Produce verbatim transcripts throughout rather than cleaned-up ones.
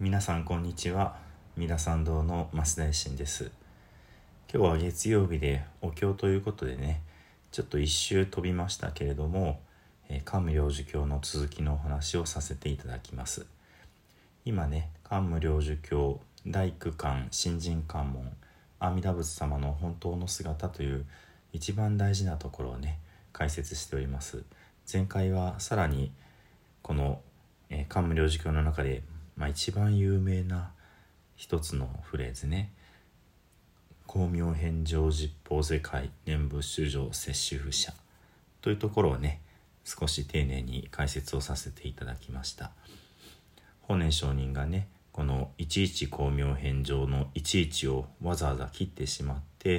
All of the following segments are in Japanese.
皆さんこんにちは。三田参道の増田信です。今日は月曜日でお経ということでね、ちょっと一周飛びましたけれども、えー、桓武領寿経の続きのお話をさせていただきます。今ね、桓武領寿経第九巻新人関門阿弥陀仏様の本当の姿という一番大事なところをね解説しております。前回はさらにこの、えー、桓武領寿経の中で、まあ、一番有名な一つのフレーズね、光明返上十方世界念仏衆生摂取不捨というところをね少し丁寧に解説をさせていただきました。法然上人がねこのいちいち光明返上のいちいちをわざわざ切ってしまって、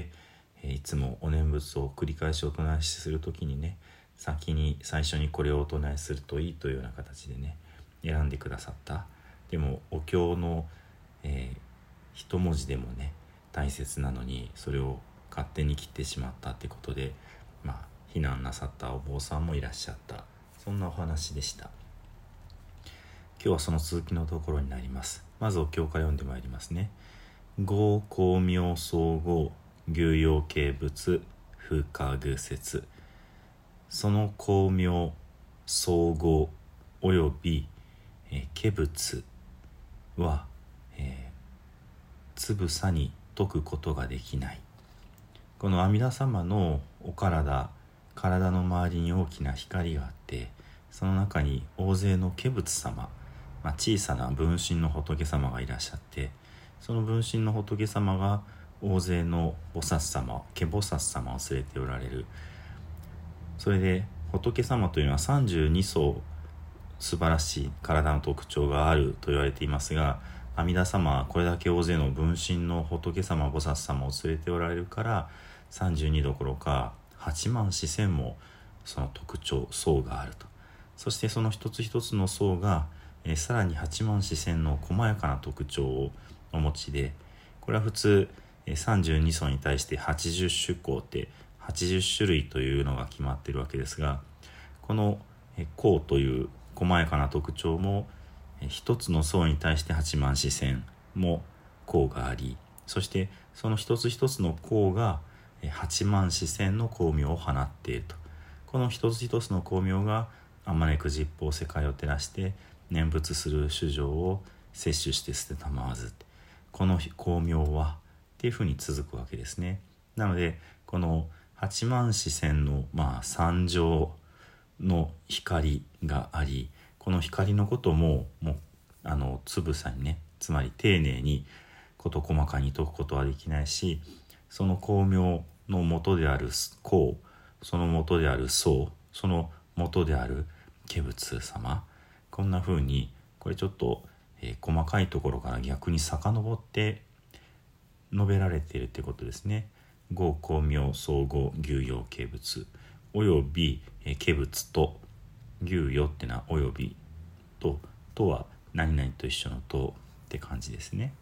いつもお念仏を繰り返しお唱えするときにね、先に最初にこれをお唱えするといいというような形でね選んでくださった。でもお経の、えー、一文字でもね大切なのにそれを勝手に切ってしまったってことで、まあ非難なさったお坊さんもいらっしゃった。そんなお話でした。今日はその続きのところになります。まずお経から読んでまいりますね。合光明総合牛陽形仏不可愚説。その光明総合および化仏は、えー、つぶさに解くことができない。この阿弥陀様のお体体の周りに大きな光があって、その中に大勢の化仏様、まあ、小さな分身の仏様がいらっしゃって、その分身の仏様が大勢の菩薩様化菩薩様を連れておられる。それで仏様というのはさんじゅうに層素晴らしい体の特徴があると言われていますが、阿弥陀様はこれだけ大勢の分身の仏様菩薩様を連れておられるからさんじゅうにどころかはちまん四千もその特徴層があると。そしてその一つ一つの層がえさらにはちまん四千の細やかな特徴をお持ちで、これは普通えさんじゅうに層に対してはちじゅっ種項ってはちじゅっ種類というのが決まっているわけですが、この項という細やかな特徴も一つの層に対してはちまん四千も項があり、そしてその一つ一つの項がはちまん四千の光明を放っていると。この一つ一つの光明があまねく十方世界を照らして念仏する衆生を摂取して捨てたまわず、この光明はっていうふうに続くわけですね。なのでこのはちまん四千のまあ三乗の光があり、この光のことももうあのつぶさにね、つまり丁寧に事細かに解くことはできないし、その光明の元である光、その元である層、その元である化仏様、こんな風にこれちょっと、えー、細かいところから逆に遡って述べられているということですね。合光明総合牛陽化仏および、えー、化仏と牛陽ってのはおよびととは何々と一緒のとって感じですね。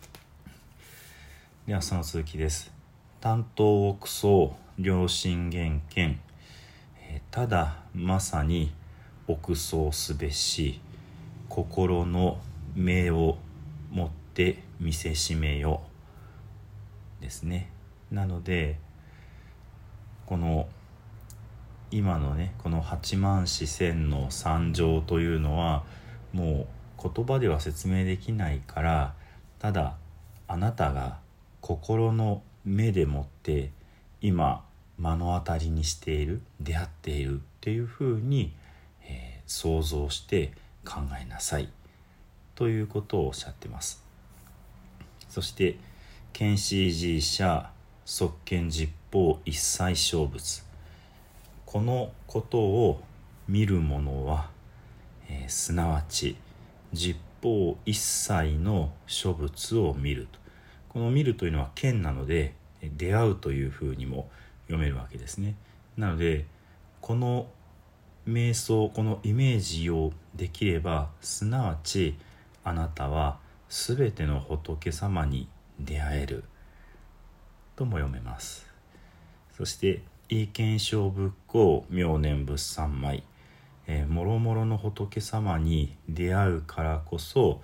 ではその続きです。担当奥層良心厳見、えー、ただまさに奥層すべし心の目を持って見せしめよですね。なのでこの今のねこのはちまん四千の三乗というのはもう言葉では説明できないから、ただあなたが心の目でもって今目の当たりにしている出会っているっていうふうに、えー、想像して考えなさいということをおっしゃってます。そして見思持者即見十方一切小仏、このことを見る者は、えー、すなわち十方一切の諸仏を見ると。この見るというのは見なので出会うというふうにも読めるわけですね。なのでこの瞑想、このイメージをできれば、すなわちあなたはすべての仏様に出会えるとも読めます。そしていい見性仏教妙念仏三昧、えー、もろもろの仏様に出会うからこそ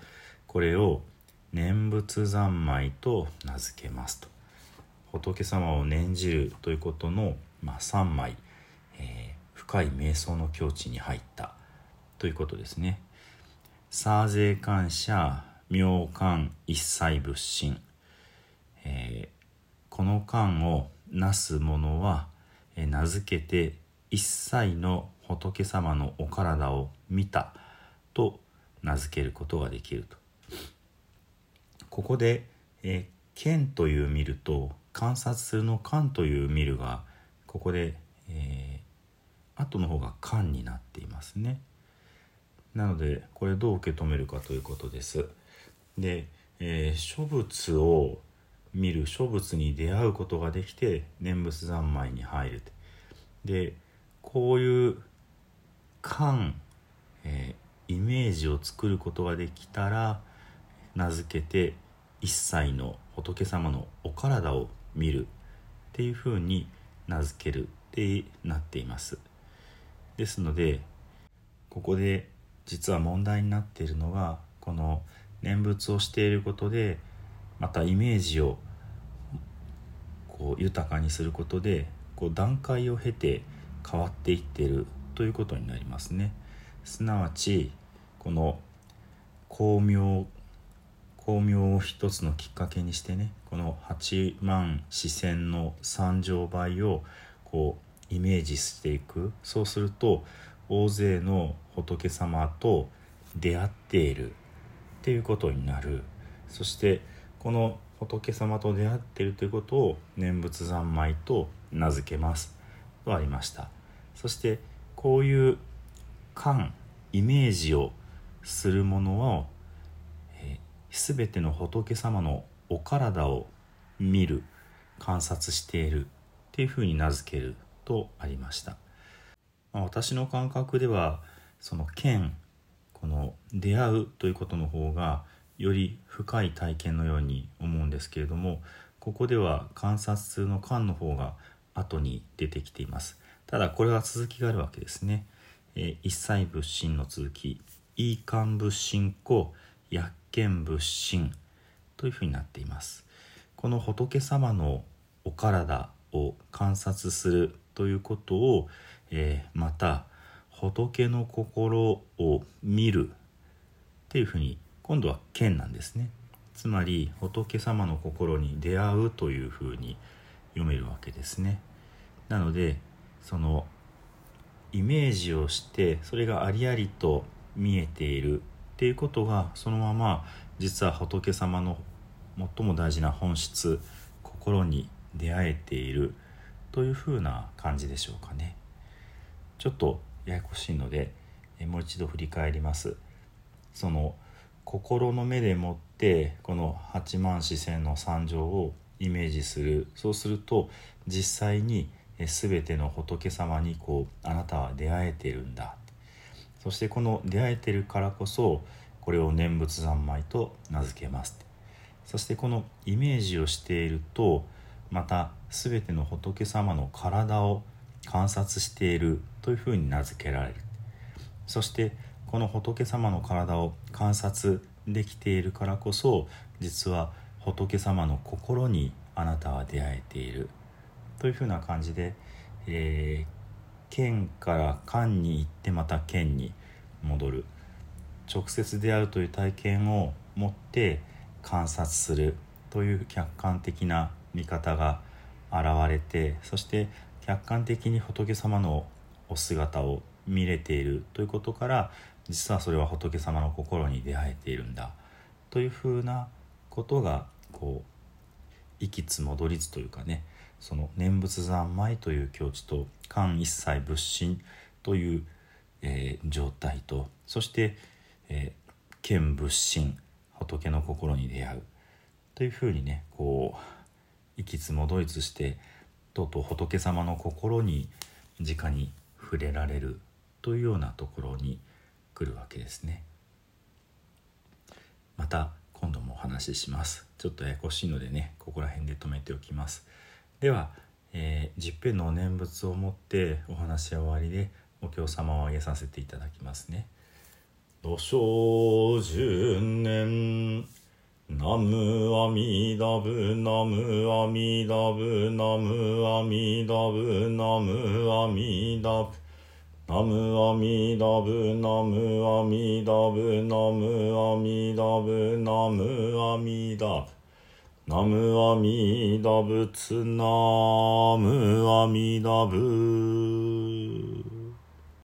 これを念仏三昧と名付けますと。仏様を念じるということの、まあ、三昧、えー、深い瞑想の境地に入ったということですね。サーゼー感謝妙観一切仏心、えー、この観をなす者は、えー、名付けて一切の仏様のお体を見たと名付けることができると。ここで、えー、見という見ると観察するの観という見るがここで、えー、後の方が観になっていますね。なのでこれどう受け止めるかということです。で、えー、諸仏を見る、諸仏に出会うことができて念仏三昧に入る。でこういう観、えー、イメージを作ることができたら名付けて一切の仏様のお体を見るっていうふうに名付けるってなっています。ですのでここで実は問題になっているのが、この念仏をしていることでまたイメージをこう豊かにすることでこう段階を経て変わっていっているということになりますね。すなわちこの光明光明を一つのきっかけにしてね、この八万四千の三乗倍をこうイメージしていく。そうすると大勢の仏様と出会っているっていうことになる。そしてこの仏様と出会っているということを念仏三昧と名付けますとありました。そしてこういう観、イメージをするものをすべての仏様のお体を見る、観察しているっていうふうに名付けるとありました。まあ、私の感覚ではその見、この出会うということの方がより深い体験のように思うんですけれども、ここでは観察の観の方が後に出てきています。ただこれは続きがあるわけですね。えー、一切仏心の続き、いい観仏心故薬見仏心というふうになっています。この仏様のお体を観察するということを、えー、また仏の心を見るっていうふうに今度は見なんですね。つまり仏様の心に出会うというふうに読めるわけですね。なのでそのイメージをしてそれがありありと見えているっていうことがそのまま実は仏様の最も大事な本質、心に出会えているというふうな感じでしょうかね。ちょっとややこしいのでもう一度振り返ります。その心の目でもってこの八万四千の三乗をイメージする。そうすると実際に全ての仏様にこうあなたは出会えているんだ。そしてこの出会えているからこそこれを念仏三昧と名付けます。そしてこのイメージをしているとまた全ての仏様の体を観察しているというふうに名付けられる。そしてこの仏様の体を観察できているからこそ実は仏様の心にあなたは出会えているというふうな感じで、えー、見から観に行ってまた見に戻る、直接出会うという体験を持って観察するという客観的な見方が現れて、そして客観的に仏様のお姿を見れているということから実はそれは仏様の心に出会えているんだというふうなことがこう行きつ戻りつというかね、その念仏三昧という境地と観一切仏心という、えー、状態と、そして、えー、見仏心、仏の心に出会うというふうにね、こう行きつ戻りつしてとうとう仏様の心に直に触れられるというようなところに来るわけですね。また今度もお話しします。ちょっとややこしいのでね、ここら辺で止めておきます。では、えー、十遍のお念仏をもってお話は終わりでお経様をあげさせていただきますね。土生十年ムアミダブナムアミダブナムアミダブナムアミダブナムアミダブナムアミダブナムアミダブナムアミダブナムアミダブツナムアミダブ